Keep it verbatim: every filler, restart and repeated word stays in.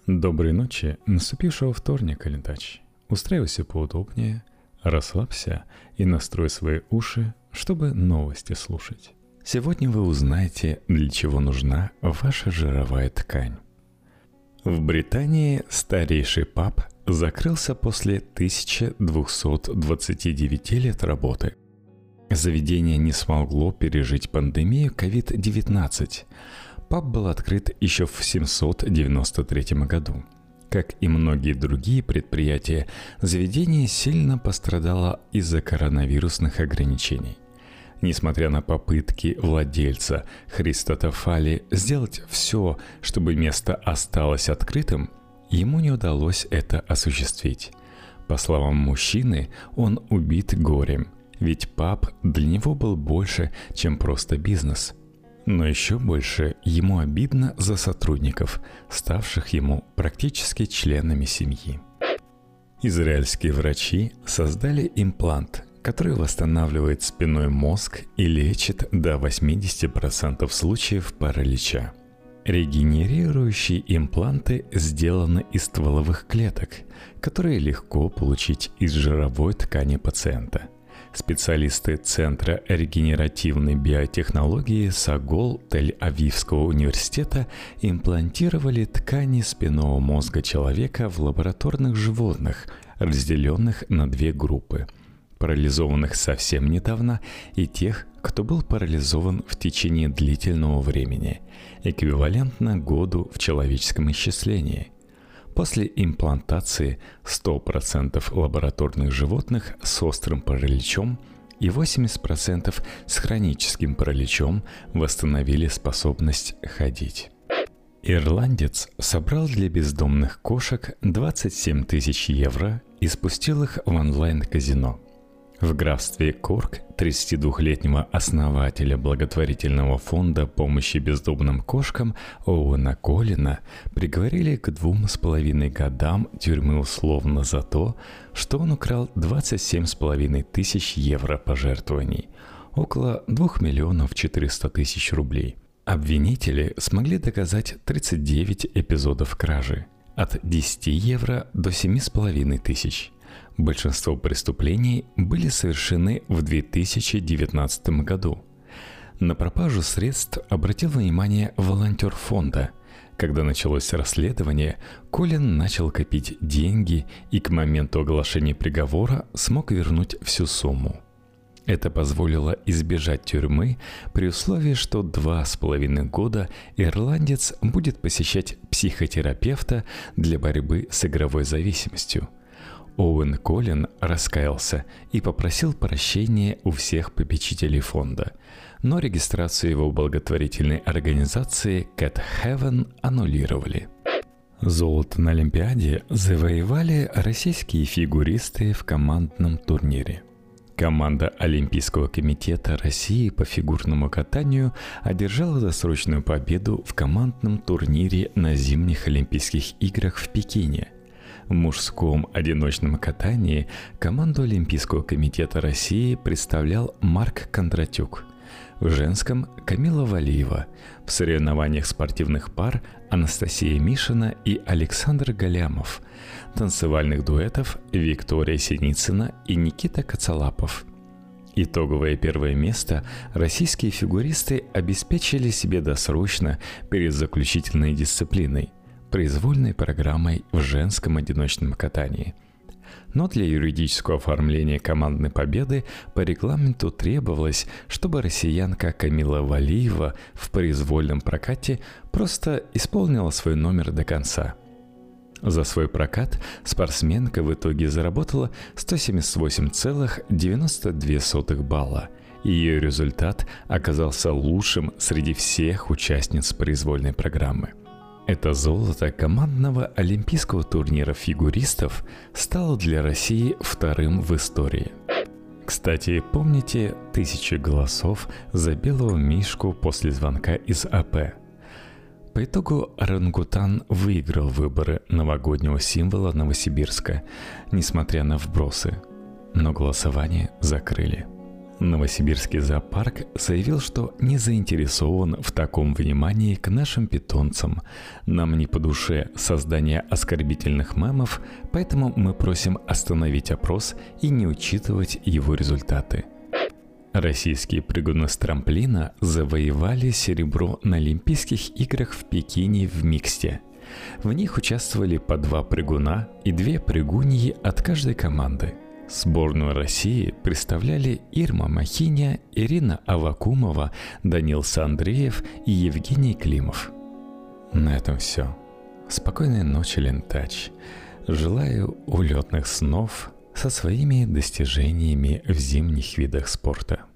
Доброй ночи, наступившего вторника, летач. Устраивайся поудобнее, расслабься и настрой свои уши, чтобы новости слушать. Сегодня вы узнаете, для чего нужна ваша жировая ткань. В Британии старейший паб закрылся после тысяча двести двадцать девять лет работы. Заведение не смогло пережить пандемию ковид девятнадцать. Паб был открыт еще в семьсот девяносто третьем году. Как и многие другие предприятия, заведение сильно пострадало из-за коронавирусных ограничений. Несмотря на попытки владельца Христофали сделать все, чтобы место осталось открытым, ему не удалось это осуществить. По словам мужчины, он убит горем, ведь паб для него был больше, чем просто бизнес. Но еще больше ему обидно за сотрудников, ставших ему практически членами семьи. Израильские врачи создали имплант, который восстанавливает спинной мозг и лечит до восемьдесят процентов случаев паралича. Регенерирующие импланты сделаны из стволовых клеток, которые легко получить из жировой ткани пациента. Специалисты Центра регенеративной биотехнологии Сагол Тель-Авивского университета имплантировали ткани спинного мозга человека в лабораторных животных, разделенных на две группы – парализованных совсем недавно и тех, кто был парализован в течение длительного времени, эквивалентно году в человеческом исчислении. После имплантации сто процентов лабораторных животных с острым параличом и восемьдесят процентов с хроническим параличом восстановили способность ходить. Ирландец собрал для бездомных кошек двадцать семь тысяч евро и спустил их в онлайн-казино. В графстве Корк тридцатидвухлетнего основателя благотворительного фонда помощи бездомным кошкам Оуэна Коллина приговорили к двум с половиной годам тюрьмы условно за то, что он украл двадцать семь с половиной тысяч евро пожертвований, около двух миллионов четырёхсот тысяч рублей. Обвинители смогли доказать тридцать девять эпизодов кражи, от десяти евро до семи с половиной тысяч. Большинство преступлений были совершены в две тысячи девятнадцатом году. На пропажу средств обратил внимание волонтер фонда. Когда началось расследование, Коллин начал копить деньги и к моменту оглашения приговора смог вернуть всю сумму. Это позволило избежать тюрьмы при условии, что два с половиной года ирландец будет посещать психотерапевта для борьбы с игровой зависимостью. Оуэн Коллин раскаялся и попросил прощения у всех попечителей фонда, но регистрацию его благотворительной организации Cat Heaven аннулировали. Золото на Олимпиаде завоевали российские фигуристы в командном турнире. Команда Олимпийского комитета России по фигурному катанию одержала досрочную победу в командном турнире на зимних Олимпийских играх в Пекине. В мужском одиночном катании команду Олимпийского комитета России представлял Марк Кондратюк. В женском – Камила Валиева. В соревнованиях спортивных пар – Анастасия Мишина и Александр Галямов. Танцевальных дуэтов – Виктория Синицына и Никита Коцалапов. Итоговое первое место российские фигуристы обеспечили себе досрочно перед заключительной дисциплиной – произвольной программой в женском одиночном катании. Но для юридического оформления командной победы по регламенту требовалось, чтобы россиянка Камила Валиева в произвольном прокате просто исполнила свой номер до конца. За свой прокат спортсменка в итоге заработала сто семьдесят восемь целых девяносто две сотых балла. Ее результат оказался лучшим среди всех участниц произвольной программы. Это золото командного олимпийского турнира фигуристов стало для России вторым в истории. Кстати, помните тысячи голосов за белого мишку после звонка из АП? По итогу орангутан выиграл выборы новогоднего символа Новосибирска, несмотря на вбросы. Но голосование закрыли. Новосибирский зоопарк заявил, что не заинтересован в таком внимании к нашим питомцам. Нам не по душе создание оскорбительных мемов, поэтому мы просим остановить опрос и не учитывать его результаты. Российские прыгуны с трамплина завоевали серебро на Олимпийских играх в Пекине в миксте. В них участвовали по два прыгуна и две прыгуньи от каждой команды. Сборную России представляли Ирма Махиня, Ирина Аввакумова, Данил Сандреев и Евгений Климов. На этом все. Спокойной ночи, Лентач. Желаю улетных снов со своими достижениями в зимних видах спорта.